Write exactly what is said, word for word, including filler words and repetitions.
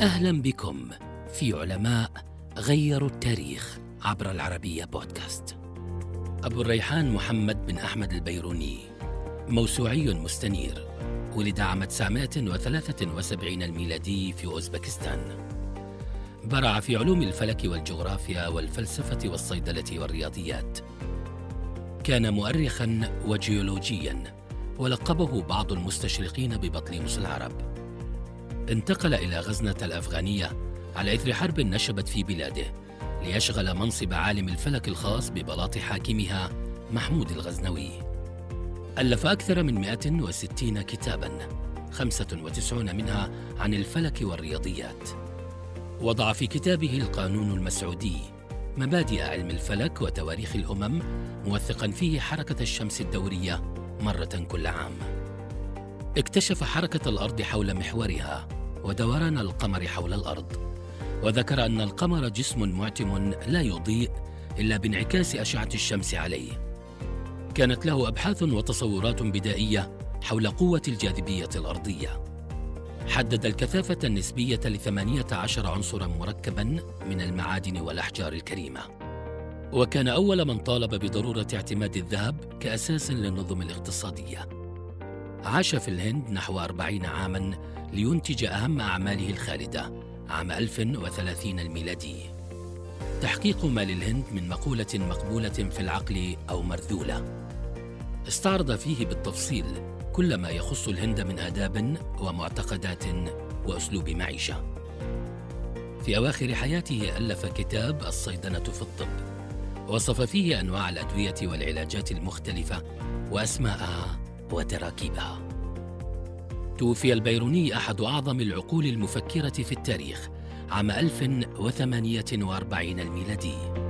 أهلا بكم في علماء غيروا التاريخ عبر العربية بودكاست. أبو الريحان محمد بن أحمد البيروني موسوعي مستنير، ولد عام تسعمائة وثلاثة وسبعين الميلادي في أوزبكستان. برع في علوم الفلك والجغرافيا والفلسفة والصيدلة والرياضيات. كان مؤرخاً وجيولوجياً، ولقبه بعض المستشرقين ببطليموس العرب. انتقل إلى غزنة الأفغانية على إثر حرب نشبت في بلاده، ليشغل منصب عالم الفلك الخاص ببلاط حاكمها محمود الغزنوي. ألف أكثر من مئة وستين كتاباً، خمسة وتسعين منها عن الفلك والرياضيات. وضع في كتابه القانون المسعودي مبادئ علم الفلك وتواريخ الأمم، موثقاً فيه حركة الشمس الدورية مرة كل عام. اكتشف حركة الأرض حول محورها ودوران القمر حول الأرض، وذكر أن القمر جسم معتم لا يضيء إلا بانعكاس أشعة الشمس عليه. كانت له أبحاث وتصورات بدائية حول قوة الجاذبية الأرضية. حدد الكثافة النسبية لثمانية عشر عنصراً مركباً من المعادن والأحجار الكريمة، وكان أول من طالب بضرورة اعتماد الذهب كأساس للنظم الاقتصادية. عاش في الهند نحو أربعين عاماً لينتج أهم أعماله الخالدة عام ألف وثلاثين الميلادي، تحقيق ما للهند من مقولة مقبولة في العقل أو مرذولة. استعرض فيه بالتفصيل كل ما يخص الهند من آداب ومعتقدات وأسلوب معيشة. في أواخر حياته ألف كتاب الصيدنة في الطب، وصف فيه أنواع الأدوية والعلاجات المختلفة وأسماءها وتراكيبها. توفي البيروني أحد أعظم العقول المفكرة في التاريخ عام ألف وثمانمائة وأربعين الميلادي.